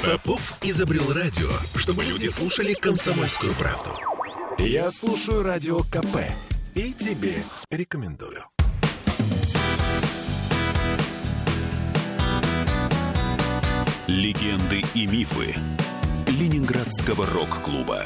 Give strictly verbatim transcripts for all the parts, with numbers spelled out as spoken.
Попов изобрел радио, чтобы люди слушали «Комсомольскую правду». Я слушаю Радио КП и тебе рекомендую. Легенды и мифы Ленинградского рок-клуба.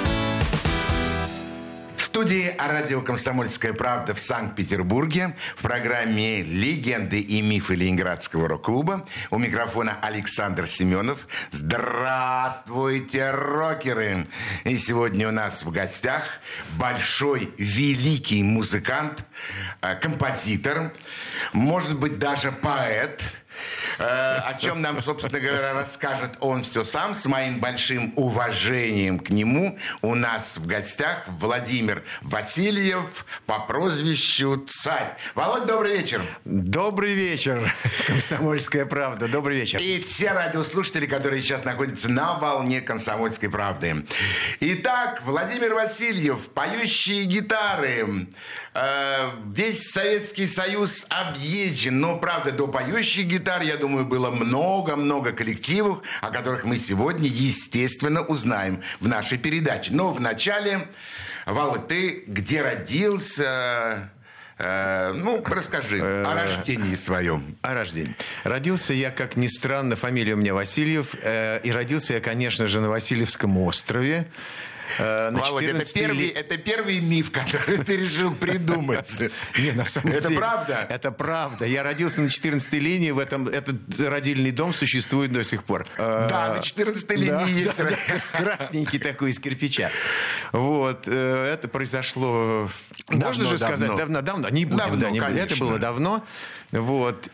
В студии радио «Комсомольская правда» в Санкт-Петербурге в программе «Легенды и мифы Ленинградского рок-клуба». У микрофона Александр Семенов. Здравствуйте, рокеры! И сегодня у нас в гостях большой, великий музыкант, композитор, может быть, даже поэт, о чем нам, собственно говоря, расскажет он все сам. С моим большим уважением к нему у нас в гостях Владимир Васильев по прозвищу Царь. Володь, добрый вечер. Добрый вечер, «Комсомольская правда». Добрый вечер. И все радиослушатели, которые сейчас находятся на волне «Комсомольской правды». Итак, Владимир Васильев, поющие гитары. Весь Советский Союз объезжен, но, правда, до поющих гитар, я думаю, было много-много коллективов, о которых мы сегодня, естественно, узнаем в нашей передаче. Но вначале, Володь, ты где родился? Э, ну, расскажи о рождении своем. О рождении. Родился я, как ни странно, фамилия у меня Васильев. Э, и родился я, конечно же, на Васильевском острове. Володь, это первый, это первый миф, который ты решил придумать. Не, на самом это деле, правда? Это правда. Я родился на четырнадцатой линии. В этом, этот родильный дом существует до сих пор. Да, на четырнадцатой линии да, есть. Да, да, красненький такой из кирпича. Вот. Это произошло, давно, можно же давно. сказать, давно-давно. Не будем, давно, да, не будем. Это было давно. Вот.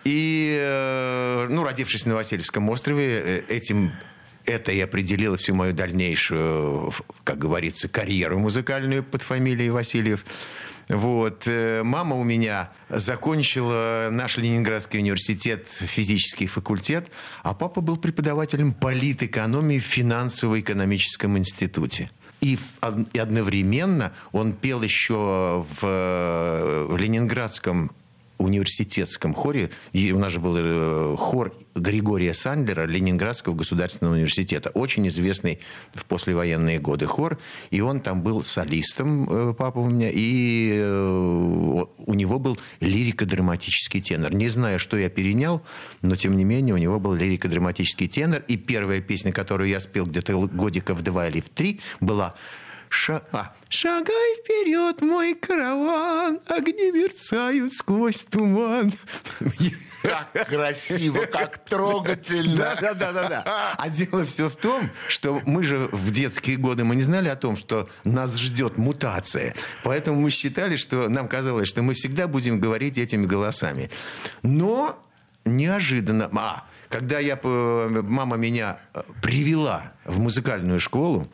И, ну, родившись на Васильевском острове, этим... Это и определило всю мою дальнейшую, как говорится, карьеру музыкальную под фамилией Васильев. Вот. Мама у меня закончила наш Ленинградский университет, физический факультет, а папа был преподавателем политэкономии в финансово-экономическом институте. И одновременно он пел еще в, в Ленинградском университетском хоре. И у нас же был хор Григория Сандлера Ленинградского государственного университета. Очень известный в послевоенные годы хор. И он там был солистом, папа у меня. И у него был лирико-драматический тенор. Не знаю, что я перенял, но тем не менее у него был лирико-драматический тенор. И первая песня, которую я спел где-то годика в два или в три, была... Ша... А. «Шагай вперед, мой караван, огни мерцают сквозь туман». Как красиво, как трогательно. Да, да, да, да. А дело все в том, что мы же в детские годы мы не знали о том, что нас ждет мутация. Поэтому мы считали, что нам казалось, что мы всегда будем говорить этими голосами. Но неожиданно... А, когда я... мама меня привела в музыкальную школу,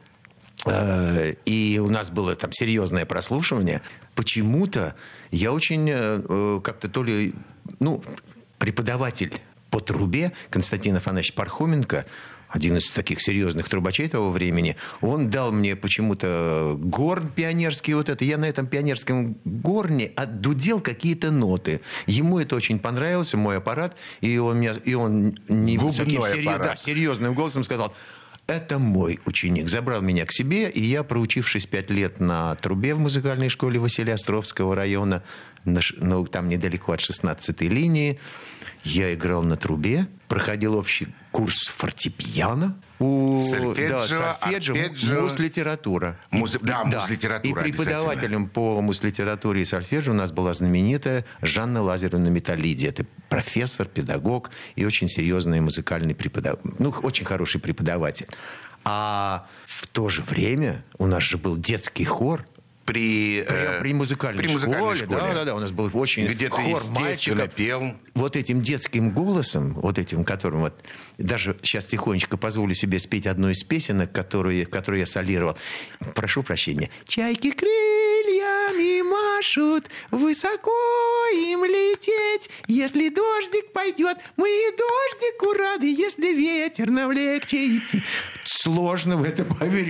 и у нас было там серьезное прослушивание, почему-то я очень как-то то ли... Ну, преподаватель по трубе Константин Афанасьевич Пархоменко, один из таких серьезных трубачей того времени, он дал мне почему-то горн пионерский вот это. Я на этом пионерском горне отдудел какие-то ноты. Ему это очень понравилось, мой аппарат, и он, меня, и он не, таким серьез, да, серьезным голосом сказал... Это мой ученик. Забрал меня к себе, и я, проучившись пять лет на трубе в музыкальной школе Василия Островского района, ну, там недалеко от шестнадцатой линии, я играл на трубе, проходил общий курс фортепиано. У, сольфеджио, да, сольфеджио, арпеджио. Муз-литература. Муз... Да, да. муз-литература. И преподавателем по муз-литературе и сольфеджио у нас была знаменитая Жанна Лазаревна Металлиди. Это профессор, педагог и очень серьезный музыкальный преподаватель. Ну, очень хороший преподаватель. А в то же время у нас же был детский хор. При, при, при музыкальной, при музыкальной школе. школе. Да, да, да, у нас был очень где-то хор мальчиков. Пел. Вот этим детским голосом, вот этим, которым вот даже сейчас тихонечко позволю себе спеть одну из песенок, которую, которую я солировал. Прошу прощения. Чайки крыльями машут, высоко им лететь. Если дождик пойдет, мы и дождику рады, если ветер навлече идти. Сложно в это поверить.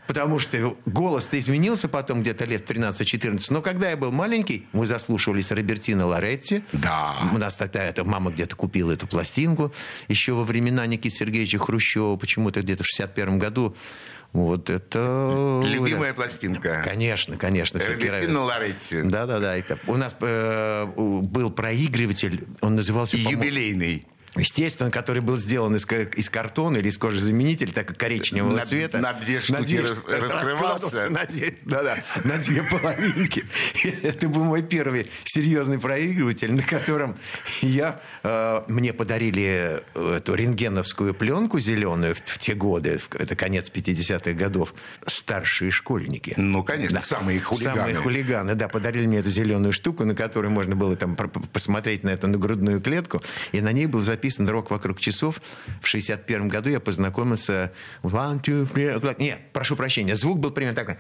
Потому что голос-то изменился потом где-то лет тринадцать-четырнадцать. Но когда я был маленький, мы заслушивались Робертино Лоретти. Да. У нас тогда эта мама где-то купила эту пластинку. Еще во времена Никиты Сергеевича Хрущева, почему-то где-то в шестьдесят первом году. Вот это... Любимая пластинка. Конечно, конечно. Робертино Лоретти. Да-да-да. Это... У нас э, был проигрыватель, он назывался... Юбилейный. Естественно, который был сделан из, из картона или из кожезаменителя, так как коричневого на, цвета. На две штуки на две, рас, раскрывался. На две, да-да, на две половинки. Это был мой первый серьезный проигрыватель, на котором я... Э, мне подарили эту рентгеновскую пленку зеленую в, в те годы, это конец пятидесятых годов, старшие школьники. Ну, конечно, да. самые хулиганы. Самые хулиганы, да, подарили мне эту зеленую штуку, на которой можно было там посмотреть на эту на грудную клетку, и на ней был записан написан «Рок вокруг часов». В шестьдесят первом году я познакомился... One, two, three... Нет, прошу прощения, звук был примерно такой.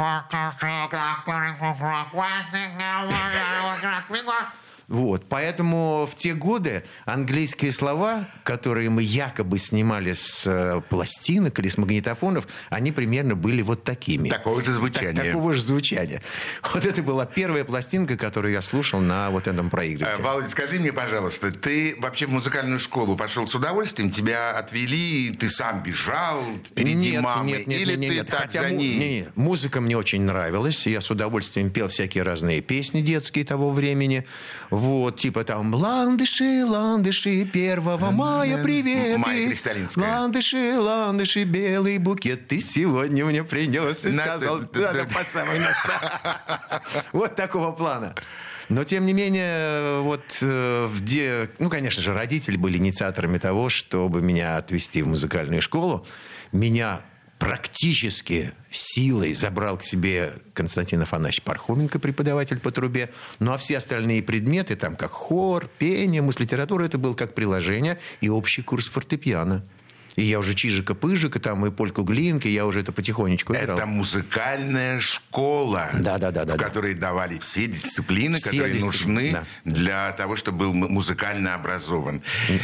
Вот, поэтому в те годы английские слова, которые мы якобы снимали с э, пластинок или с магнитофонов, они примерно были вот такими. Такого же звучания. Так, такого же звучания. Вот это была первая пластинка, которую я слушал на вот этом проигрывателе. Володя, скажи мне, пожалуйста, ты вообще в музыкальную школу пошел с удовольствием? Тебя отвели, ты сам бежал впереди нет, мамы? Нет, нет, или нет, ты нет. так Хотя за му- ней? Не, не. Музыка мне очень нравилась. Я с удовольствием пел всякие разные песни детские того времени. Вот, типа там «Ландыши, ландыши, первого мая приветы». Майя Кристалинская. «Ландыши, ландыши, белый букет ты сегодня мне принес». И сказал, надо под самое место. Вот такого плана. Но, тем не менее, вот, где, ну, конечно же, родители были инициаторами того, чтобы меня отвезти в музыкальную школу. Меня практически силой забрал к себе Константин Афанасьевич Пархоменко, преподаватель по трубе. Ну, а все остальные предметы, там, как хор, пение, муз-литература, это был как приложение и общий курс фортепиано. И я уже Чижика-Пыжика, там, и Польку Глинки, я уже это потихонечку играл. Это музыкальная школа, да, да, да, в да, которой да. давали все дисциплины, все которые дисциплины, нужны да. для того, чтобы был музыкально образован.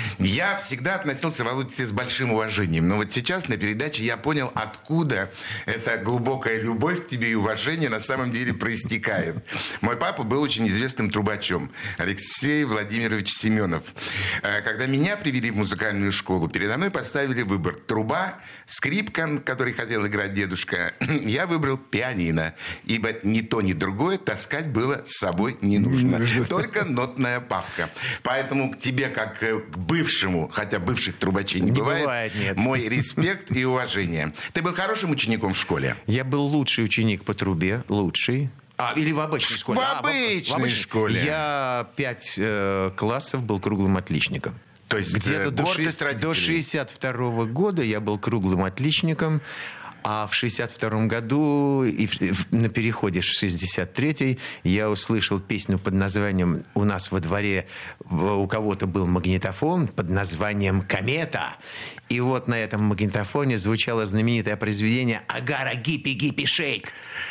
Я всегда относился, Володя, с большим уважением. Но вот сейчас на передаче я понял, откуда эта глубокая любовь к тебе и уважение на самом деле проистекает. Мой папа был очень известным трубачом. Алексей Владимирович Семенов. Когда меня привели в музыкальную школу, передо мной поставили выбор: труба, скрипка, который хотел играть дедушка. Я выбрал пианино, ибо ни то, ни другое таскать было с собой не нужно. Только нотная папка. Поэтому к тебе, как к бывшему, хотя бывших трубачей не, не бывает, бывает нет. Мой респект и уважение. Ты был хорошим учеником в школе? Я был лучший ученик по трубе, лучший. А, или в обычной школе. В а, обычной в обычной школе. Я пять э, классов был круглым отличником. То есть где-то до, ши- до шестьдесят второго года я был круглым отличником, а в шестьдесят втором году и в, в, на переходе в шестьдесят третий я услышал песню под названием «У нас во дворе у кого-то был магнитофон» под названием «Комета». И вот на этом магнитофоне звучало знаменитое произведение «Агара гиппи гиппи шейк».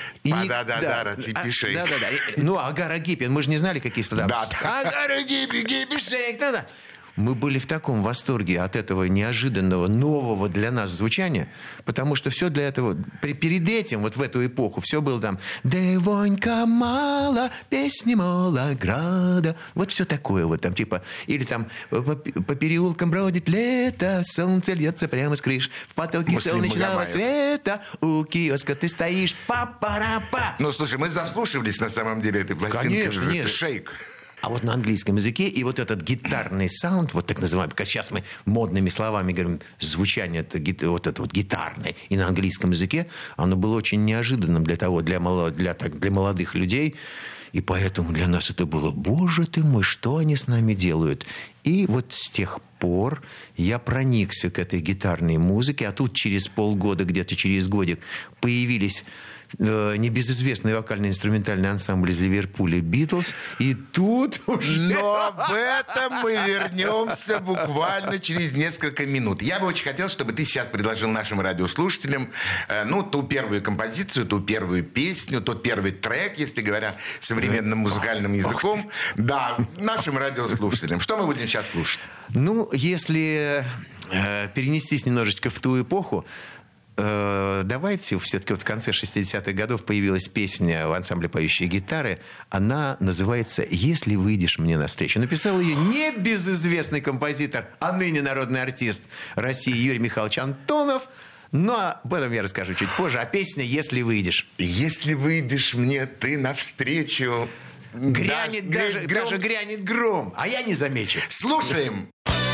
Да-да-да, типи шейк. Да-да-да. Ну, Агара гиппи, мы же не знали, какие слова. Да. Агара гиппи гиппи шейк. Да-да. Мы были в таком восторге от этого неожиданного, нового для нас звучания, потому что все для этого, при, перед этим, вот в эту эпоху, все было там «Девонька мала, песни Малограда». Вот все такое вот там, типа, или там «По, по переулкам бродит лето, солнце льется прямо с крыш, в потоке Муслим солнечного Магомаев. света, у киоска ты стоишь, па-па-ра-па». Ну, слушай, мы заслушивались на самом деле этой пластинки. Конечно, нет. «Шейк». А вот на английском языке и вот этот гитарный саунд, вот так называемый, как сейчас мы модными словами говорим, звучание это, вот это вот гитарное, и на английском языке, оно было очень неожиданным для того, для, для, так, для молодых людей. И поэтому для нас это было: боже ты мой, что они с нами делают? И вот с тех пор я проникся к этой гитарной музыке, а тут через полгода, где-то через годик, появились э, небезызвестный вокально-инструментальный ансамбль из Ливерпуля «Битлз», и тут уже... Но об этом мы вернемся буквально через несколько минут. Я бы очень хотел, чтобы ты сейчас предложил нашим радиослушателям э, ну, ту первую композицию, ту первую песню, тот первый трек, если говоря современным музыкальным языком. Да, нашим радиослушателям. Что мы будем сейчас слушать? Ну, если э, перенестись немножечко в ту эпоху, э, давайте, все-таки вот в конце шестидесятых годов появилась песня в ансамбле «Поющие гитары». Она называется «Если выйдешь мне навстречу». Написал ее небезызвестный композитор, а ныне народный артист России Юрий Михайлович Антонов. Но об этом я расскажу чуть позже. А песня «Если выйдешь». Если выйдешь мне ты навстречу... Грянет да, даже, гром. даже грянет гром, а я не замечу. Слушаем.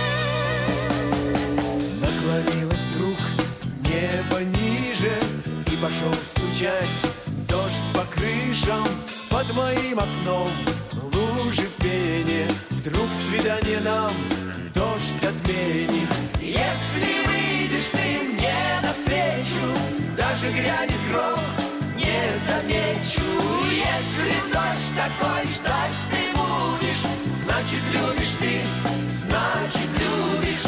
Наклонилось вдруг небо ниже, и пошел стучать дождь по крышам. Под моим окном лужи в пене. Вдруг свидание нам дождь отменит. Если выйдешь ты мне навстречу, даже грянет гром, не замечу. Если дождь такой ждать ты будешь, значит любишь ты, значит любишь.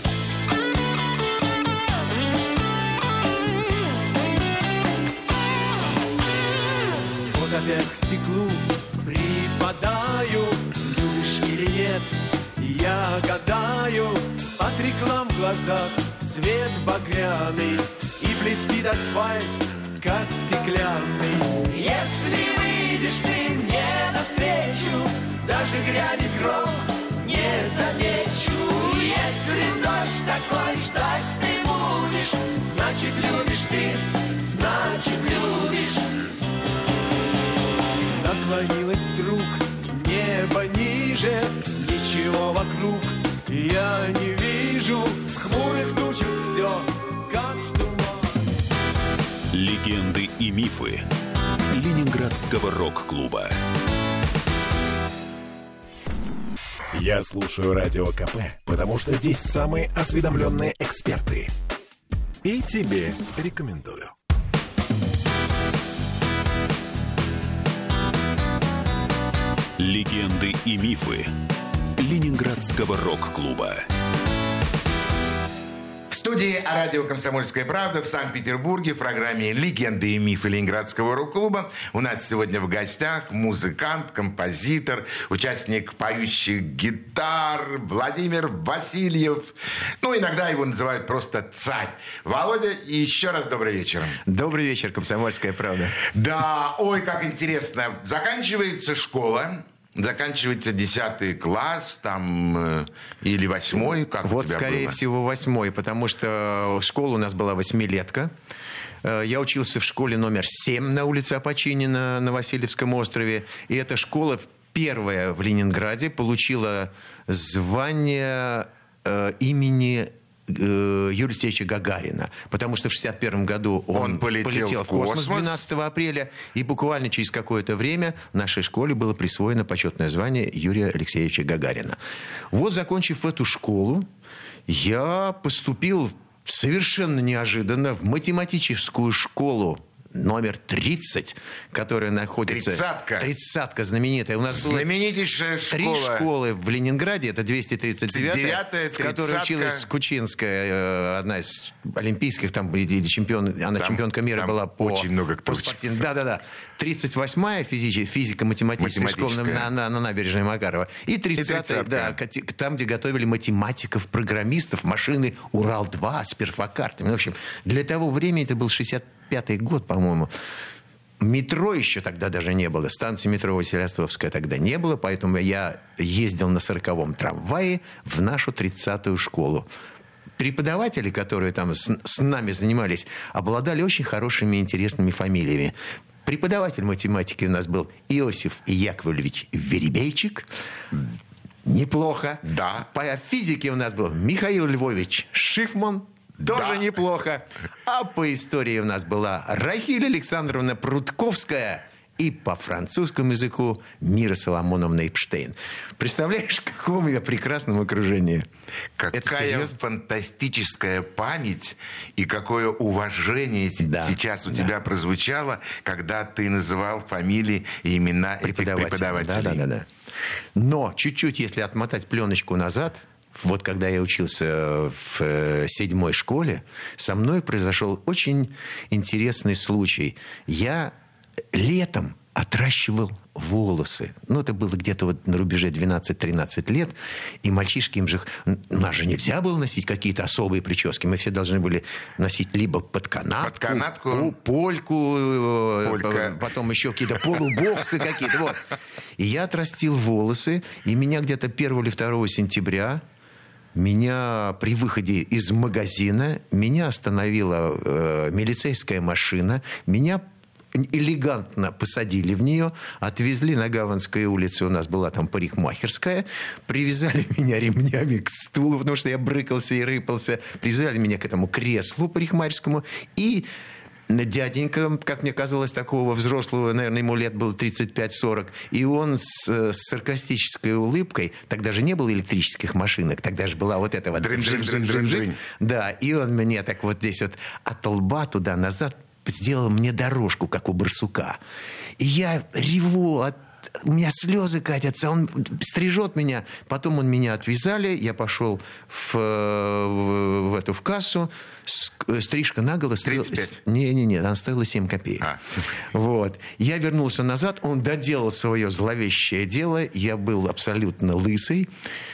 Вот опять к стеклу припадаю, любишь или нет, я гадаю. От реклам в глазах свет багряный, и блестит асфальт, как стеклянный. Если выйдешь ты мне навстречу, даже грянет гром, не замечу. Если дождь такой ждать ты будешь, значит любишь ты, значит любишь. Наклонилось вдруг небо ниже, ничего вокруг я не вижу. В хмурых тучах все, как в туман. Легенды и мифы Ленинградского рок-клуба. Я слушаю Радио КП, потому что здесь самые осведомленные эксперты. И тебе рекомендую. Легенды и мифы Ленинградского рок-клуба. В студии радио «Комсомольская правда» в Санкт-Петербурге в программе «Легенды и мифы Ленинградского рок-клуба» у нас сегодня в гостях музыкант, композитор, участник поющих гитар Владимир Васильев. Ну, иногда его называют просто «Царь». Володя, и еще раз добрый вечер. Добрый вечер, «Комсомольская правда». Да, ой, как интересно. Заканчивается школа. Заканчивается десятый класс, там, э, или восьмой, как Вот, у тебя скорее было? всего, восьмой, потому что школа у нас была восьмилетка. Я учился в школе номер семь на улице Опочинина на Васильевском острове. И эта школа первая в Ленинграде получила звание э, имени Юрия Алексеевича Гагарина, потому что в шестьдесят первом году он, Он полетел полетел в в космос, космос двенадцатого апреля, и буквально через какое-то время нашей школе было присвоено почетное звание Юрия Алексеевича Гагарина. Вот, закончив эту школу, я поступил совершенно неожиданно в математическую школу номер тридцать, которая находится... Тридцатка. Тридцатка знаменитая. У нас было знаменитейшая три школа. школы в Ленинграде. Это двести тридцать девятая, в которой училась Кучинская, одна из олимпийских, там, или чемпион, она Там- чемпионка мира там была по... очень много кто по спортивным- учится. Да-да-да. тридцать восьмая физи- физико-математическая школа на, Математическая. на- на набережной Макарова. И тридцатая, да, кати- там, где готовили математиков, программистов, машины Урал-два с перфокартами. Ну, в общем, для того времени, это был шестьдесят пятый год, по-моему, метро еще тогда даже не было. Станции метро Василиостровская тогда не было, поэтому я ездил на сороковом трамвае в нашу тридцатую школу. Преподаватели, которые там с, с нами занимались, обладали очень хорошими и интересными фамилиями. Преподаватель математики у нас был Иосиф Яковлевич Веребейчик. Неплохо. Да. По физике у нас был Михаил Львович Шифман. Тоже Да. неплохо. А по истории у нас была Рахиль Александровна Прудковская. И по французскому языку Мира Соломоновна Эпштейн. Представляешь, в каком я прекрасном окружении. Это Какая серьезно? фантастическая память и какое уважение с- Да, сейчас у да. тебя прозвучало, когда ты называл фамилии и имена этих преподавателей. Да, да, да, да. Но чуть-чуть, если отмотать пленочку назад, вот когда я учился в э, седьмой школе, со мной произошел очень интересный случай. Я летом отращивал волосы. Ну, это было где-то вот на рубеже двенадцать-тринадцать лет. И мальчишки, им же... У нас же нельзя было носить какие-то особые прически. Мы все должны были носить либо под канатку, под канатку. польку, Полька. Потом еще какие-то полубоксы какие-то. Вот. И я отрастил волосы. И меня где-то первого или второго сентября... Меня при выходе из магазина, меня остановила э, милицейская машина, меня элегантно посадили в нее, отвезли на Гаванской улице, у нас была там парикмахерская, привязали меня ремнями к стулу, потому что я брыкался и рыпался, привязали меня к этому креслу парикмахерскому, и дяденька, как мне казалось, такого взрослого, наверное, ему лет было тридцать пять сорок, и он с, с саркастической улыбкой, тогда же не было электрических машинок, тогда же была вот эта вот... Да, и он мне так вот здесь вот от лба туда-назад сделал мне дорожку, как у барсука. И я реву от... У меня слезы катятся, он стрижет меня. Потом он меня отвязали, я пошел в, в, в эту в кассу. Стрижка наголо стоила... тридцать пять? Не-не-не, она стоила семь копеек. А. Вот. Я вернулся назад, он доделал свое зловещее дело. Я был абсолютно лысый.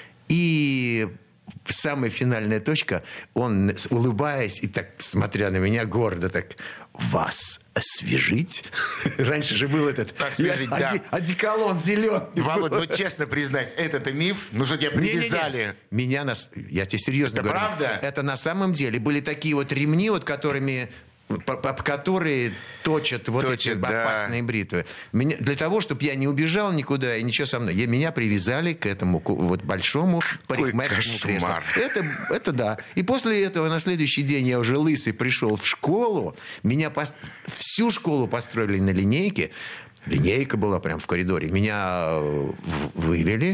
И... самая финальная точка, он, улыбаясь и так, смотря на меня гордо, так: вас освежить? Раньше же был этот освежить, я, да. оди, одеколон зеленый. Володь, ну честно признать, это миф? Ну что тебя привязали? Не, не, не. Меня нас, я тебе серьезно это говорю. Правда? Это на самом деле были такие вот ремни, вот которыми... которые точат вот точат, эти да. опасные бритвы. Меня, для того, чтобы я не убежал никуда и ничего со мной. Я, меня привязали к этому вот большому парикмахерскому креслу. Это, это да. И после этого на следующий день я уже лысый пришел в школу. Меня пост... всю школу построили на линейке. Линейка была прям в коридоре. Меня вывели.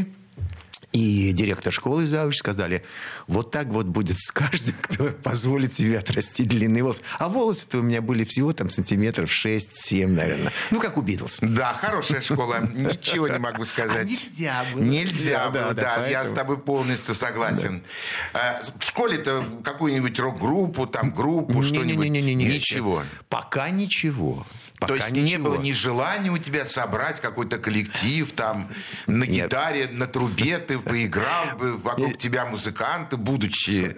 И директор школы и завуч сказали: вот так вот будет с каждым, кто позволит себе отрастить длинные волосы. А волосы-то у меня были всего там сантиметров шесть-семь, наверное. Ну, как у Битлз. Да, хорошая школа. Ничего не могу сказать. А нельзя было. Нельзя было, да. да Я с тобой полностью согласен. Да. В школе-то какую-нибудь рок-группу, там группу, что-нибудь? Ничего. Пока ничего. Пока То есть ничего. не было ни желания у тебя собрать какой-то коллектив, там, на Нет. гитаре, на трубе ты поиграл бы, вокруг Нет. тебя музыканты, будучи...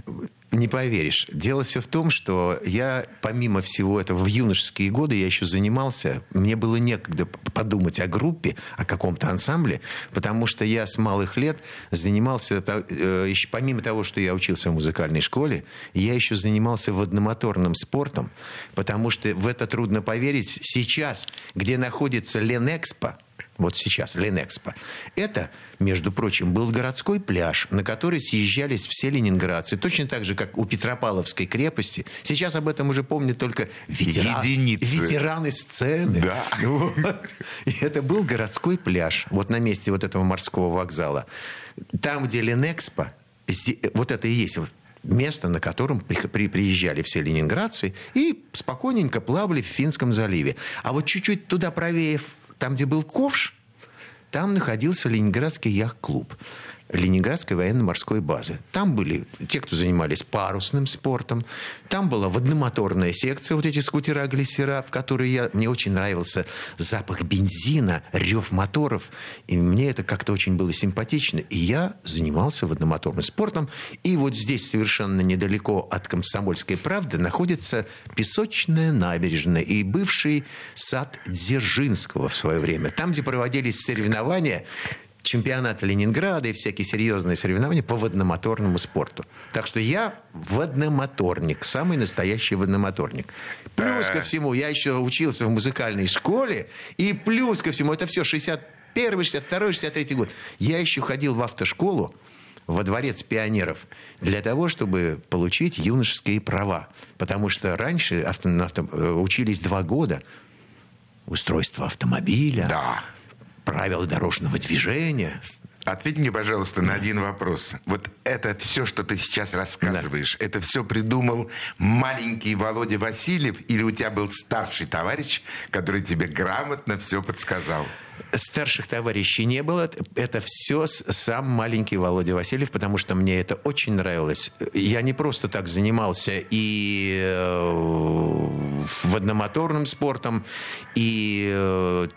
Не поверишь. Дело все в том, что я, помимо всего этого, в юношеские годы я еще занимался. Мне было некогда подумать о группе, о каком-то ансамбле, потому что я с малых лет занимался, еще, помимо того, что я учился в музыкальной школе, я еще занимался водномоторным спортом, потому что в это трудно поверить. Сейчас, где находится Ленэкспо, вот сейчас, Ленэкспо. Это, между прочим, был городской пляж, на который съезжались все ленинградцы. Точно так же, как у Петропавловской крепости. Сейчас об этом уже помнят только ветеран, ветераны сцены. Да. Вот. И это был городской пляж. Вот на месте вот этого морского вокзала. Там, где Ленэкспо, вот это и есть место, на котором при, при, приезжали все ленинградцы и спокойненько плавали в Финском заливе. А вот чуть-чуть туда правее, там, где был ковш, там находился Ленинградский яхт-клуб Ленинградской военно-морской базы. Там были те, кто занимались парусным спортом. Там была водномоторная секция, вот эти скутера-глиссера, в которые я... Мне очень нравился запах бензина, рев моторов. И мне это как-то очень было симпатично. И я занимался водномоторным спортом. И вот здесь, совершенно недалеко от «Комсомольской правды», находится Песочная набережная и бывший сад Дзержинского в свое время. Там, где проводились соревнования, чемпионаты Ленинграда и всякие серьезные соревнования по водномоторному спорту. Так что я водномоторник, самый настоящий водномоторник. Плюс ко всему, я еще учился в музыкальной школе, и плюс ко всему, это все шестьдесят первый, шестьдесят второй, шестьдесят третий год. Я еще ходил в автошколу, во дворец пионеров, для того, чтобы получить юношеские права. Потому что раньше авто, авто, учились два года. Устройство автомобиля. Да. Правила дорожного движения. Ответь мне, пожалуйста, на один вопрос. Вот это все, что ты сейчас рассказываешь, да. это все придумал маленький Володя Васильев, или у тебя был старший товарищ, который тебе грамотно все подсказал? Старших товарищей не было. Это все сам маленький Володя Васильев, потому что мне это очень нравилось. Я не просто так занимался и водномоторным спортом, и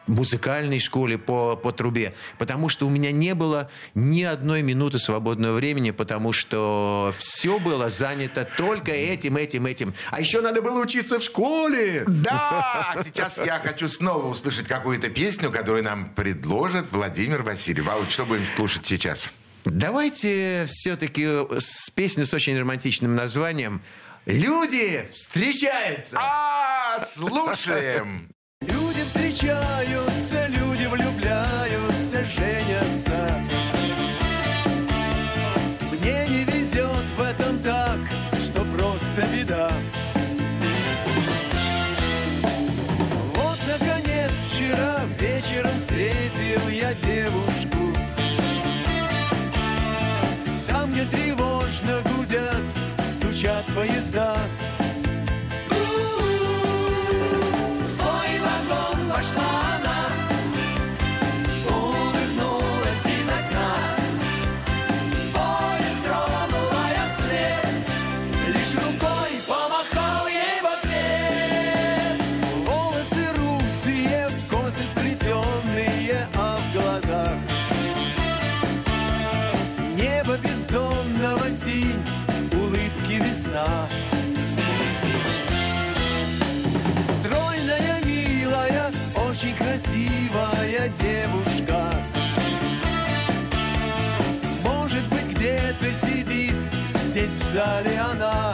музыкальной школе по, по трубе, потому что у меня не было ни одной минуты свободного времени, потому что все было занято только этим, этим, этим. А еще надо было учиться в школе. Да, сейчас я хочу снова услышать какую-то песню, которую нам предложит Владимир Васильев. Володь, что будем слушать сейчас? Давайте все-таки с песней с очень романтичным названием «Люди встречаются». А, слушаем. Люди встречаются, люди влюбляются, женятся. Мне не везет в этом так, что просто беда. Вот, наконец, вчера вечером встретил я девушку. Там, где тревожно гудят, стучат поезда. Пошла она, улыбнулась из окна. Поезд тронула я вслед, лишь рукой помахал ей в ответ. Волосы русые, косы сплетенные, а в глазах небо бездонного синь, улыбки весна. Стройная, милая, очень красивая девушка. Может быть, где-то сидит здесь в зале она.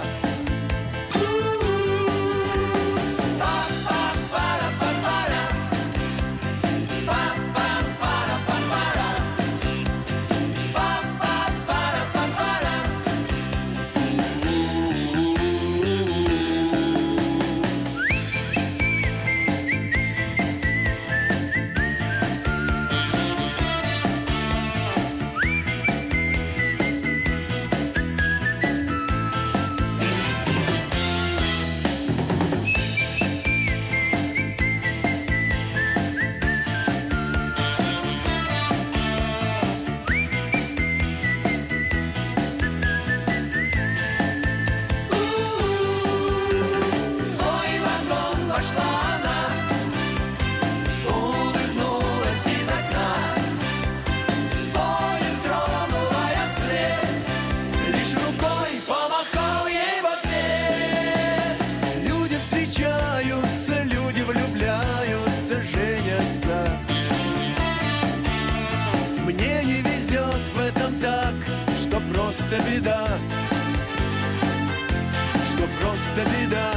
Просто беда, что просто беда,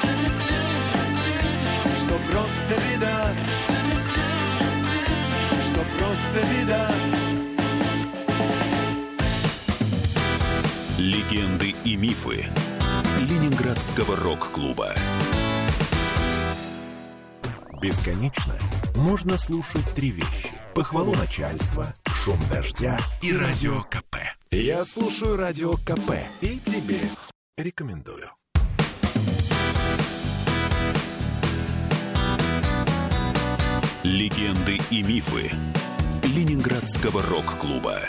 что просто беда, что просто беда. Легенды и мифы Ленинградского рок-клуба. Бесконечно можно слушать три вещи: похвалу начальства, шум дождя и радио КП. Я слушаю радио КП и тебе рекомендую. Легенды и мифы Ленинградского рок-клуба.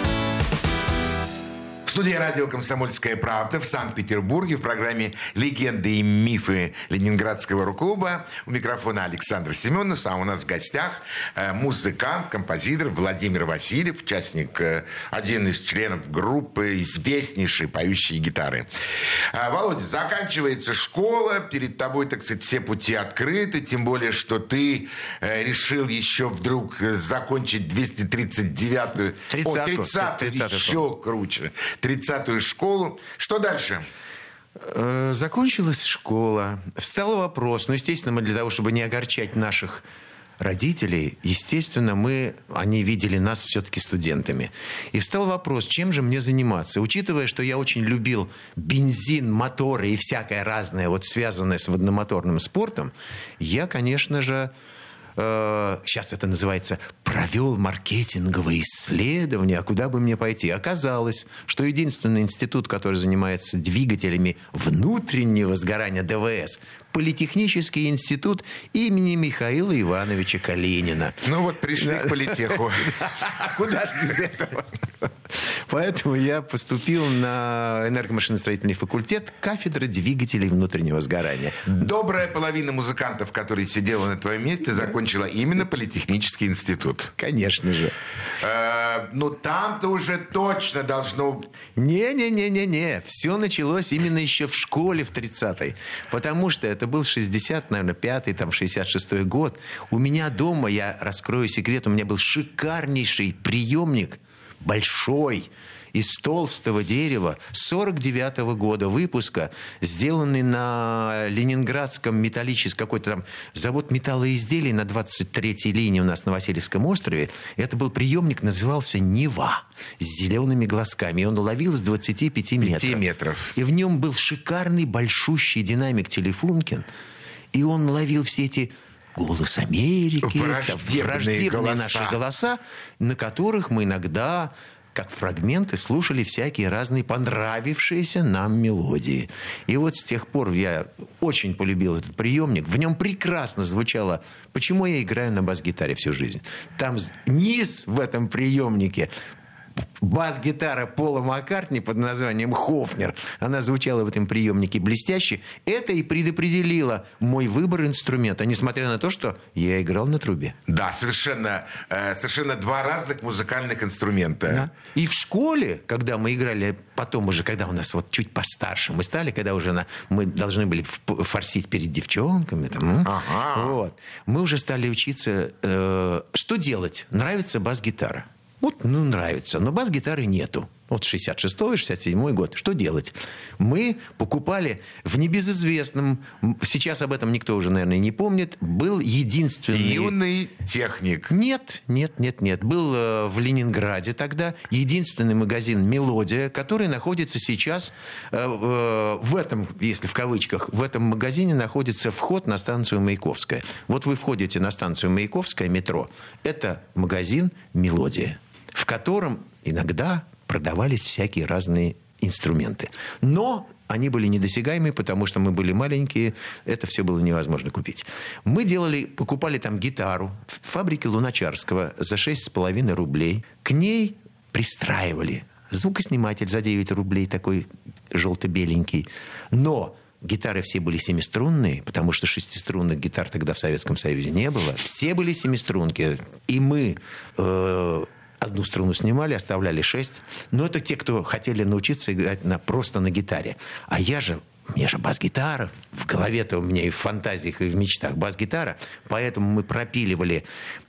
В студии радио «Комсомольская правда» в Санкт-Петербурге в программе «Легенды и мифы Ленинградского рок-клуба». У микрофона Александр Семенов, а у нас в гостях музыкант, композитор Владимир Васильев, участник, один из членов группы известнейшей поющей гитары. Володя, заканчивается школа, перед тобой, так сказать, все пути открыты, тем более, что ты решил еще вдруг закончить двести тридцать девятую, о, тридцатую, еще круче. тридцатую школу. Что дальше? Закончилась школа. Встал вопрос. Ну, естественно, мы для того, чтобы не огорчать наших родителей, естественно, мы, они видели нас все-таки студентами. И встал вопрос, чем же мне заниматься. Учитывая, что я очень любил бензин, моторы и всякое разное, вот связанное с водномоторным спортом, я, конечно же, э, сейчас это называется, провел маркетинговые исследования, а куда бы мне пойти. Оказалось, что единственный институт, который занимается двигателями внутреннего сгорания ДВС, Политехнический институт имени Михаила Ивановича Калинина. Ну вот пришли к политеху. Куда же без этого? Поэтому я поступил на энергомашиностроительный факультет, кафедра двигателей внутреннего сгорания. Добрая половина музыкантов, которые сидела на твоем месте, закончила именно политехнический институт. Конечно же. Э, ну, там-то уже точно должно... Не-не-не-не-не. Все началось именно еще в школе в тридцатой. Потому что это был шестьдесят, наверное, пятый, там, шестьдесят шестой год. У меня дома, я раскрою секрет, у меня был шикарнейший приемник, большой, из толстого дерева, сорок девятого года выпуска, сделанный на ленинградском металлическом, какой-то там завод металлоизделий на двадцать третьей линии у нас на Васильевском острове. Это был приемник, назывался «Нева», с зелеными глазками. И он ловил с двадцати пяти метров. пяти метров. И в нем был шикарный большущий динамик «Телефункин». И он ловил все эти... «Голос Америки», враждебные, враждебные голоса. наши голоса, на которых мы иногда, как фрагменты, слушали всякие разные понравившиеся нам мелодии. И вот с тех пор я очень полюбил этот приемник. В нем прекрасно звучало, почему я играю на бас-гитаре всю жизнь. Там низ в этом приемнике, бас-гитара Пола Маккартни под названием «Хофнер». Она звучала в этом приемнике блестяще. Это и предопределило мой выбор инструмента, несмотря на то, что я играл на трубе. Да, совершенно, э, совершенно два разных музыкальных инструмента. Да. И в школе, когда мы играли, потом уже, когда у нас вот чуть постарше мы стали, когда уже на, мы должны были форсить перед девчонками, там, Ага. вот, мы уже стали учиться, э, что делать. Нравится бас-гитара. Вот, ну, нравится. Но бас-гитары нету. Вот шестьдесят шестой шестьдесят седьмой год. Что делать? Мы покупали в небезызвестном, сейчас об этом никто уже, наверное, не помнит, был единственный... Юный техник. Нет, нет, нет, нет. Был э, в Ленинграде тогда единственный магазин «Мелодия», который находится сейчас э, э, в этом, если в кавычках, в этом магазине находится вход на станцию Маяковская. Вот вы входите на станцию Маяковская, метро. Это магазин «Мелодия», в котором иногда продавались всякие разные инструменты. Но они были недосягаемые, потому что мы были маленькие, это все было невозможно купить. Мы делали, покупали там гитару в фабрике Луначарского за шесть с половиной рублей. К ней пристраивали звукосниматель за девять рублей, такой желто-беленький. Но гитары все были семиструнные, потому что шестиструнных гитар тогда в Советском Союзе не было. Все были семиструнки. И мы... Э- Одну струну снимали, оставляли шесть. Но это те, кто хотели научиться играть на, просто на гитаре. А я же, у меня же бас-гитара. В голове-то у меня и в фантазиях, и в мечтах бас-гитара. Поэтому мы пропиливали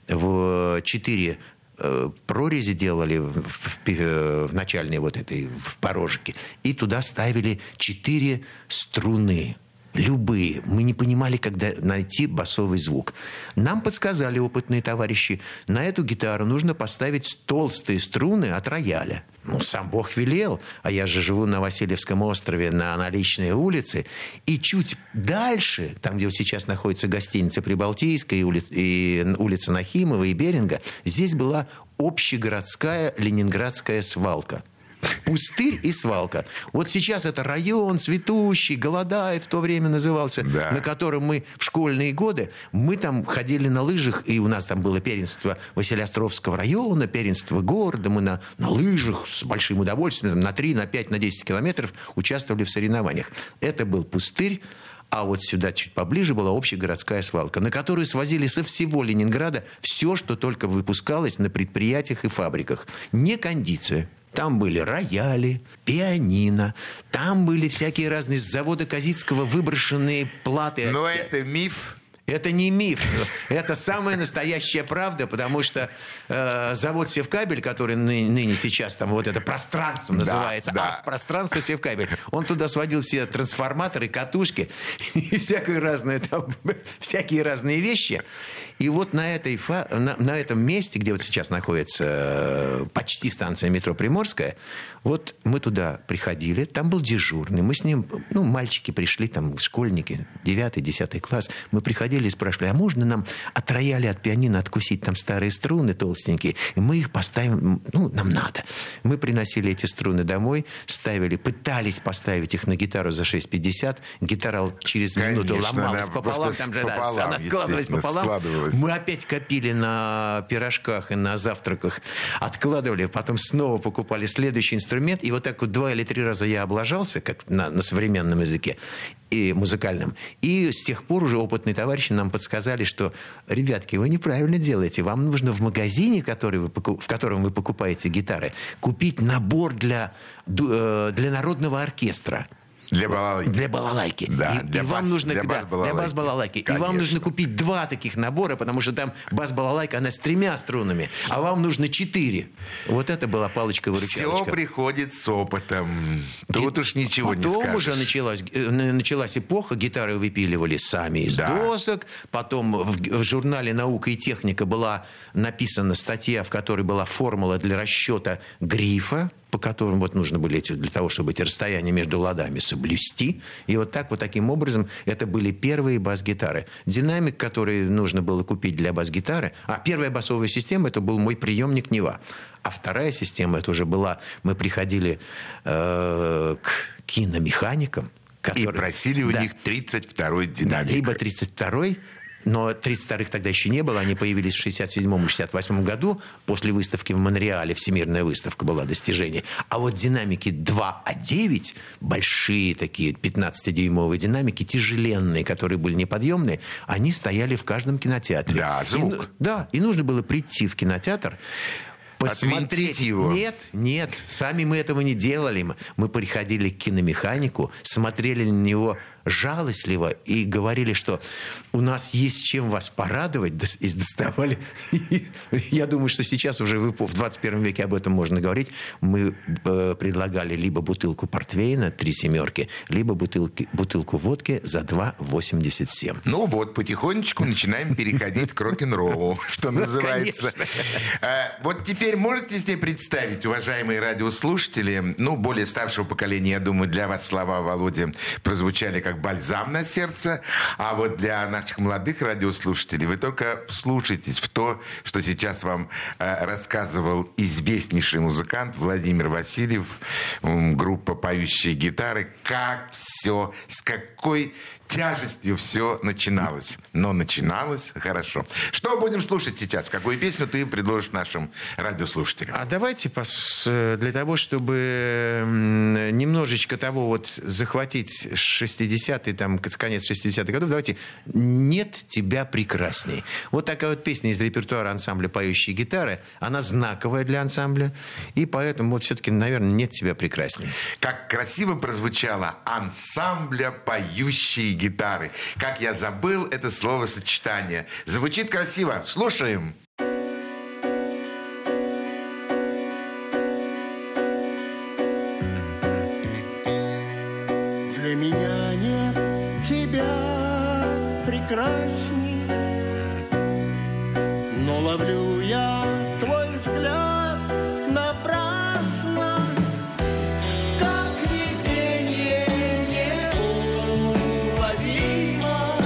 в четыре э, прорези, делали в, в, в, в начальной вот этой, в порожике. И туда ставили четыре струны. Любые. Мы не понимали, когда найти басовый звук. Нам подсказали опытные товарищи, на эту гитару нужно поставить толстые струны от рояля. Ну, сам Бог велел. А я же живу на Васильевском острове, на Наличной улице. И чуть дальше, там, где вот сейчас находится гостиница Прибалтийская, и, ули... и улица Нахимова и Беринга, здесь была общегородская ленинградская свалка. Пустырь и свалка. Вот сейчас это район цветущий, Голодаев в то время назывался, да. На котором мы в школьные годы, мы там ходили на лыжах, и у нас там было первенство Василеостровского района, первенство города, мы на, на лыжах с большим удовольствием, там, на три, на пять, на десять километров участвовали в соревнованиях. Это был пустырь. А вот сюда чуть поближе была общегородская свалка, на которую свозили со всего Ленинграда все, что только выпускалось на предприятиях и фабриках. Не кондиция. Там были рояли, пианино, там были всякие разные с завода Козицкого выброшенные платы. Но это миф. Это не миф, это самая настоящая правда, потому что э, завод Севкабель, который ны- ныне сейчас там вот это пространство называется, да, да. Ах, пространство Севкабель, он туда сводил все трансформаторы, катушки и всякие разные, там, всякие разные вещи. И вот на, этой фа- на, на этом месте, где вот сейчас находится э, почти станция метро Приморская, вот мы туда приходили, там был дежурный, мы с ним, ну, мальчики пришли, там, школьники, девятый, десятый класс, мы приходили и спрашивали, а можно нам от рояля, от пианино откусить там старые струны толстенькие, и мы их поставим, ну, нам надо. Мы приносили эти струны домой, ставили, пытались поставить их на гитару за шесть пятьдесят, гитара через минуту Конечно, ломалась она пополам, просто там же, пополам, да, она складывалась пополам. получилось. Мы опять копили на пирожках и на завтраках, откладывали, потом снова покупали следующий инструмент. И вот так вот два или три раза я облажался, как на, на современном языке, и музыкальном. И с тех пор уже опытные товарищи нам подсказали, что, ребятки, вы неправильно делаете. Вам нужно в магазине, который вы, в котором вы покупаете гитары, купить набор для, для народного оркестра. Для балалайки. Для балалайки. Да, и, для, и бас, вам нужно, для да, бас-балалайки. Для бас-балалайки. И вам нужно купить два таких набора, потому что там бас-балалайка, она с тремя струнами, а вам нужно четыре. Вот это была палочка-выручалочка. Все приходит с опытом. Тут Ги- уж ничего потом не скажешь. Потом уже началась, началась эпоха, гитары выпиливали сами из да. досок. Потом в, в журнале «Наука и техника» была написана статья, в которой была формула для расчета грифа, по которым вот нужно было эти, для того, чтобы эти расстояния между ладами соблюсти. И вот так вот таким образом это были первые бас-гитары. Динамик, который нужно было купить для бас-гитары, а первая басовая система, это был мой приемник Нева. А вторая система, это уже была, мы приходили э, к киномеханикам, которые, и просили у да, них тридцать второй динамик. Да, либо тридцать второй, но тридцать вторых тогда еще не было. Они появились в шестьдесят седьмом и шестьдесят восьмом году. После выставки в Монреале, всемирная выставка была, достижение. А вот динамики два А девять, большие такие пятнадцатидюймовые динамики, тяжеленные, которые были неподъемные, они стояли в каждом кинотеатре. Да, звук. И, да, и нужно было прийти в кинотеатр, посмотреть его. Нет, нет, сами мы этого не делали. Мы приходили к киномеханику, смотрели на него жалостливо и говорили, что у нас есть чем вас порадовать, и доставали. Я думаю, что сейчас уже в двадцать первом веке об этом можно говорить. Мы предлагали либо бутылку портвейна, три семерки, либо бутылки, бутылку водки за два восемьдесят семь. Ну вот, потихонечку начинаем переходить к рок-н-роллу, что называется. Вот теперь можете себе представить, уважаемые радиослушатели, ну, более старшего поколения, я думаю, для вас слова Володи прозвучали как бальзам на сердце, а вот для наших молодых радиослушателей вы только вслушайтесь в то, что сейчас вам э, рассказывал известнейший музыкант Владимир Васильев, э, группа «Поющие гитары», как все, с какой тяжестью все начиналось. Но начиналось хорошо. Что будем слушать сейчас? Какую песню ты предложишь нашим радиослушателям? А давайте для того, чтобы немножечко того вот захватить шестидесятые, там, конец шестидесятых годов, давайте «Нет тебя прекрасней». Вот такая вот песня из репертуара ансамбля «Поющие гитары». Она знаковая для ансамбля. И поэтому вот все-таки, наверное, «Нет тебя прекрасней». Как красиво прозвучало ансамбля «Поющие гитары». Как я забыл это словосочетание. Звучит красиво. Слушаем. Для меня нет тебя прекрасней, но ловлю я твой взгляд напрасно. Как видение неуловимо,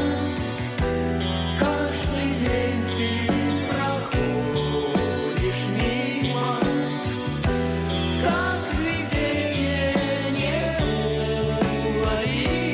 каждый день ты проходишь мимо. Как видение неуловимо,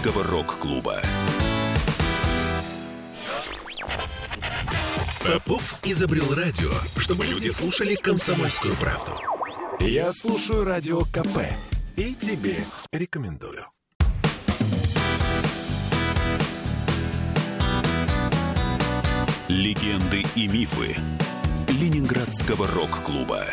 Ленинградского рок-клуба. Попов изобрел радио, чтобы люди слушали «Комсомольскую правду». Я слушаю Радио КП и тебе рекомендую. Легенды и мифы Ленинградского рок-клуба.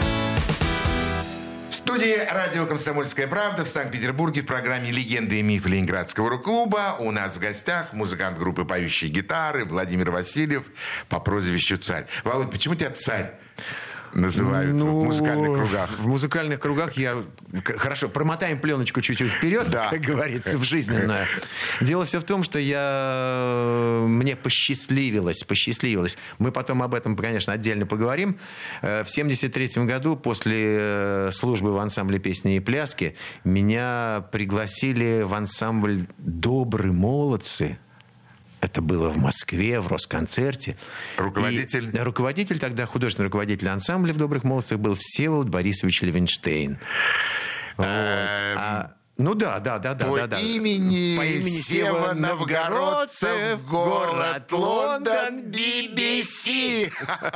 В студии радио «Комсомольская правда» в Санкт-Петербурге в программе «Легенды и мифы Ленинградского рок-клуба» у нас в гостях музыкант группы «Поющие гитары» Владимир Васильев по прозвищу «Царь». Володь, почему тебя «Царь» называют ну, в музыкальных кругах? В музыкальных кругах я... Хорошо, промотаем пленочку чуть-чуть вперед, да. Как говорится, в жизненное. Дело все в том, что я... Мне посчастливилось, посчастливилось. Мы потом об этом, конечно, отдельно поговорим. В семьдесят третьем году, после службы в ансамбле песни и пляски, меня пригласили в ансамбль «Добрые молодцы». Это было в Москве, в Росконцерте. Руководитель? И руководитель тогда, художественный руководитель ансамбля в «Добрых молодцах» был Всеволод Борисович Левенштейн. Вот. А, ну да, да, да, да. По да, да. имени, По имени Сева Новгородцев, город Лондон, би би си.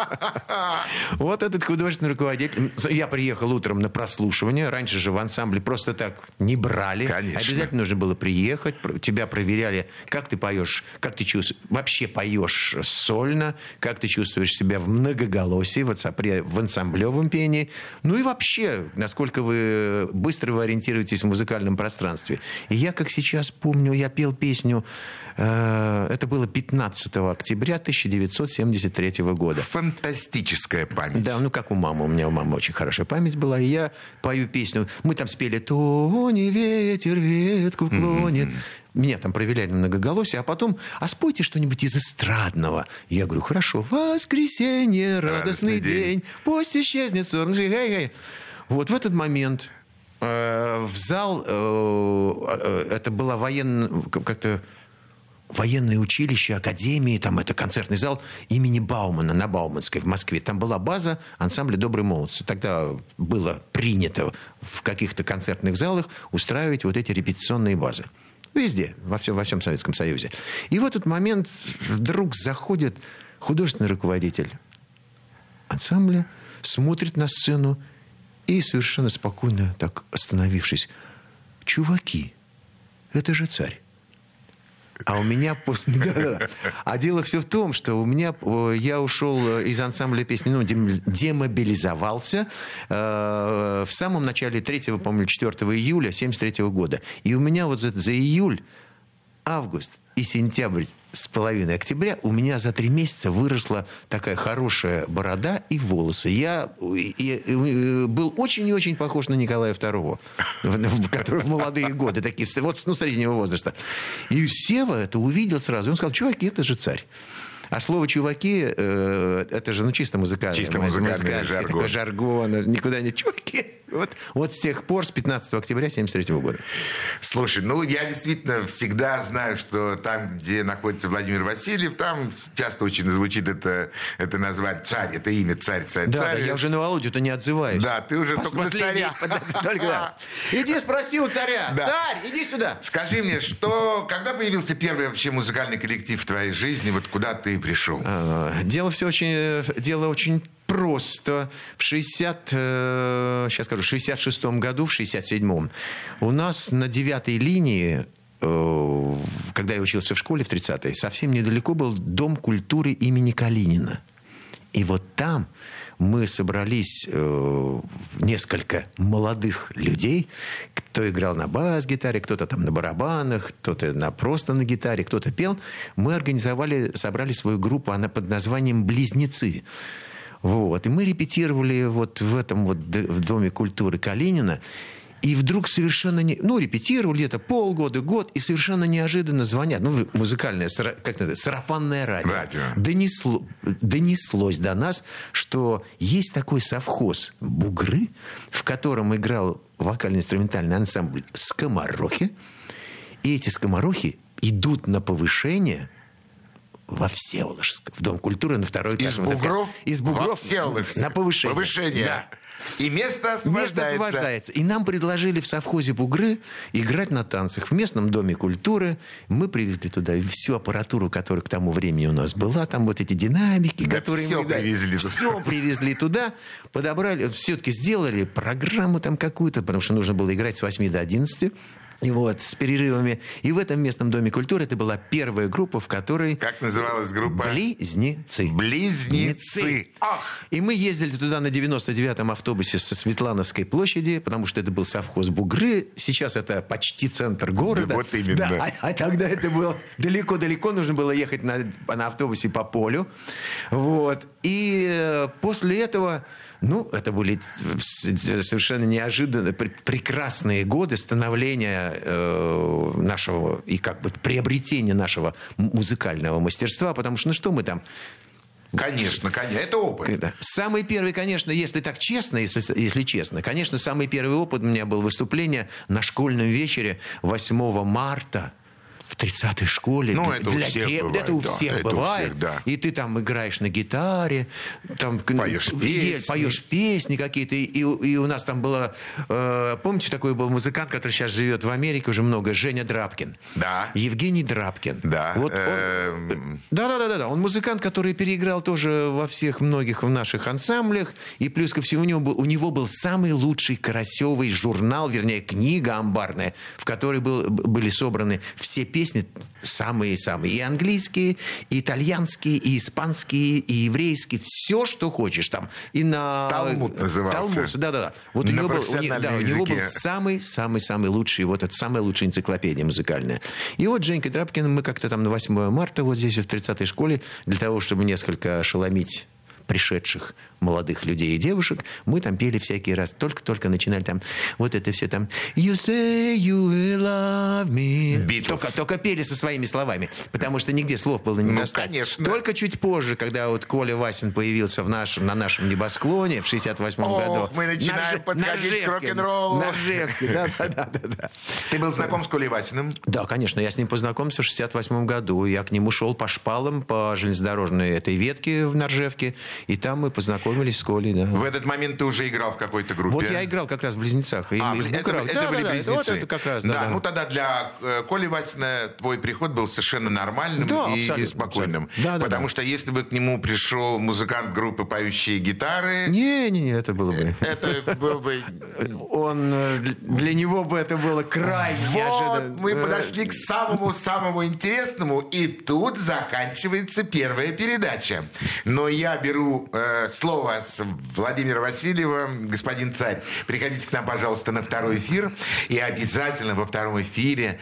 Вот этот художественный руководитель. Я приехал утром на прослушивание. Раньше же в ансамбле просто так не брали. Конечно. Обязательно нужно было приехать. Тебя проверяли, как ты поешь, как ты чувствуешь, вообще поешь сольно, как ты чувствуешь себя в многоголосии, в ансамблевом пении. Ну и вообще, насколько вы быстро вы ориентируетесь в музыкальном пространстве. И я, как сейчас помню, я пел песню, э, это было пятнадцатого октября тысяча девятьсот семьдесят третьего года. Фантастическая память. Да, ну как у мамы. У меня у мамы очень хорошая память была. И я пою песню. Мы там спели «То не ветер ветку клонит». Mm-hmm. Меня там проверяли на многоголосие, а потом, а спойте что-нибудь из эстрадного. Я говорю, хорошо. Воскресенье, радостный, радостный день, день, пусть исчезнет сон. Вот в этот момент... В зал, это было военное, как-то военное училище, академии, там это концертный зал имени Баумана на Бауманской в Москве. Там была база ансамбля «Добрые молодцы». Тогда было принято в каких-то концертных залах устраивать вот эти репетиционные базы. Везде, во всем, во всем Советском Союзе. И в этот момент вдруг заходит художественный руководитель ансамбля, смотрит на сцену, и совершенно спокойно, так остановившись, чуваки, это же Царь. А у меня после... Да-да-да. А дело все в том, что у меня... Я ушел из ансамбля песни, ну, демобилизовался э, в самом начале третьего, по-моему, четвёртого июля семьдесят третьего года. И у меня вот за, за июль, август и сентябрь с половиной октября у меня за три месяца выросла такая хорошая борода и волосы. Я и, и, был очень и очень похож на Николая второго, который в молодые годы, такие, вот, ну, среднего возраста. И Сева это увидел сразу. Он сказал, чуваки, это же Царь. А слово «чуваки» э, это же ну, чисто музыкальный. Чисто музыкальный жаргон. Такой жаргон. Никуда не чуваки. Вот, вот с тех пор, с пятнадцатого октября семьдесят третьего года. Слушай, ну я действительно всегда знаю, что там, где находится Владимир Васильев, там часто очень звучит это, это название «Царь», это имя «Царь», «Царь», да, «Царь». Да, я уже на Володю-то не отзываюсь. Да, ты уже только на царя. Только да. Иди спроси у царя. Да. Царь, иди сюда. Скажи мне, что, когда появился первый вообще музыкальный коллектив в твоей жизни, вот куда ты пришел? Дело все очень, дело очень просто. В шестьдесят, э, сейчас скажу, в шестьдесят шестом году, в шестьдесят седьмом у нас на девятой линии, э, когда я учился в школе в тридцатые, совсем недалеко был Дом культуры имени Калинина. И вот там мы собрались э, несколько молодых людей, кто играл на бас-гитаре, кто-то там на барабанах, кто-то на, просто на гитаре, кто-то пел. Мы организовали, собрали свою группу, она под названием «Близнецы». Вот. И мы репетировали вот в этом вот в Доме культуры Калинина. И вдруг совершенно не... Ну, репетировали где-то полгода, год, и совершенно неожиданно звонят. Ну, музыкальное, как это, сарафанное радио. радио. Донесло, донеслось до нас, что есть такой совхоз «Бугры», в котором играл вокально-инструментальный ансамбль «Скоморохи». И эти скоморохи идут на повышение во Всеволожск, в Дом культуры на второй этаж. Из Бугров, Из Бугров во Всеволожск. на повышение. Повышение. Да. И место освобождается. Место освобождается. И нам предложили в совхозе Бугры играть на танцах в местном Доме культуры. Мы привезли туда всю аппаратуру, которая к тому времени у нас была. Там вот эти динамики, да которые все мы... Да, привезли. все привезли туда. Подобрали, все-таки сделали программу там какую-то, потому что нужно было играть с восьми до одиннадцати. И вот, с перерывами. И в этом местном Доме культуры это была первая группа, в которой... Как называлась группа? Близнецы. Близнецы. Ах. И мы ездили туда на девяносто девятом автобусе со Светлановской площади, потому что это был совхоз Бугры. Сейчас это почти центр города. Да, вот именно. Да, а, а тогда это было далеко-далеко. Нужно было ехать на, на автобусе по полю. Вот. И э, после этого... Ну, это были совершенно неожиданные, прекрасные годы становления э, нашего и как бы приобретения нашего музыкального мастерства, потому что, ну что мы там... Конечно, конечно, это опыт. Да. Самый первый, конечно, если так честно, если, если честно, конечно, самый первый опыт у меня был выступление на школьном вечере восьмого марта. В тридцатой школе. Ну, это для у всех те... бывает. Это у да, всех это бывает. У всех, да. И ты там играешь на гитаре, там, поешь песни. Поешь песни какие-то. И, и у нас там было... Э, помните, такой был музыкант, который сейчас живет в Америке уже много, Женя Драбкин. Да. Евгений Драбкин. Да. Вот он, да-да-да. Он музыкант, который переиграл тоже во всех многих в наших ансамблях. И плюс ко всему у него был, у него был самый лучший карасевый журнал, вернее, книга амбарная, в которой был, были собраны все песни самые-самые. И английские, и итальянские, и испанские, и еврейские. Все, что хочешь там. И на... Талмуд назывался. Талмуд, да-да-да. Вот у него, был, у, него, да, у него был самый-самый-самый лучший, вот это самая лучшая энциклопедия музыкальная. И вот Женька Драбкин, мы как-то там на восьмое марта, вот здесь в тридцатой школе, для того, чтобы несколько ошеломить пришедших молодых людей и девушек, мы там пели всякий раз. Только-только начинали там вот это все там You say you will love me. Только, только пели со своими словами, потому что нигде слов было не ну, достать. Конечно. Только чуть позже, когда вот Коля Васин появился в нашем, на нашем небосклоне в шестьдесят восьмом Ох, году. мы начинаем на, подходить на к рок-н-роллу. На Ржевке, да-да-да. Ты был знаком с Колей Васиным? Да, конечно. Я с ним познакомился в шестьдесят восьмом году. Я к нему шел по шпалам, по железнодорожной этой ветке в Норжевке. И там мы познакомились с Колей, да. В этот момент ты уже играл в какой-то группе? Вот я играл как раз в «Близнецах». А, и, это, и это, это да, были да, «Близнецы». Вот это как раз, да, да, да. Ну, тогда для э, Коли Васина твой приход был совершенно нормальным да, и, и спокойным. Да, да, Потому да. что если бы к нему пришел музыкант группы «Поющие гитары...» Не-не-не, это было бы... Это был бы... Он... Для него бы это было крайне вот, неожиданно. Мы подошли к самому-самому интересному, и тут заканчивается первая передача. Но я беру э, слово с Владимира Васильева. Господин царь, приходите к нам, пожалуйста, на второй эфир. И обязательно во втором эфире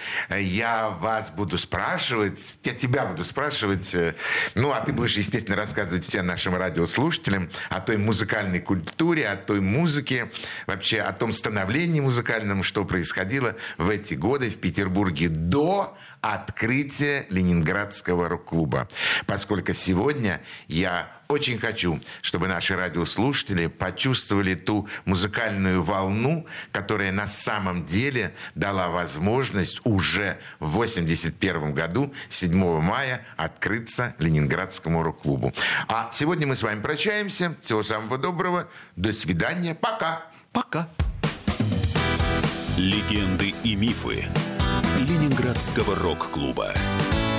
я вас буду спрашивать, я тебя буду спрашивать, ну, а ты будешь, естественно, рассказывать всем нашим радиослушателям о той музыкальной культуре, о той музыке, вообще о том становлении музыкальном, что происходило в эти годы в Петербурге до открытия Ленинградского рок-клуба. Поскольку сегодня я очень хочу, чтобы наши радиослушатели почувствовали ту музыкальную волну, которая на самом деле дала возможность уже в восемьдесят первом году, седьмого мая, открыться Ленинградскому рок-клубу. А сегодня мы с вами прощаемся. Всего самого доброго. До свидания. Пока. Пока. Легенды и мифы Ленинградского рок-клуба.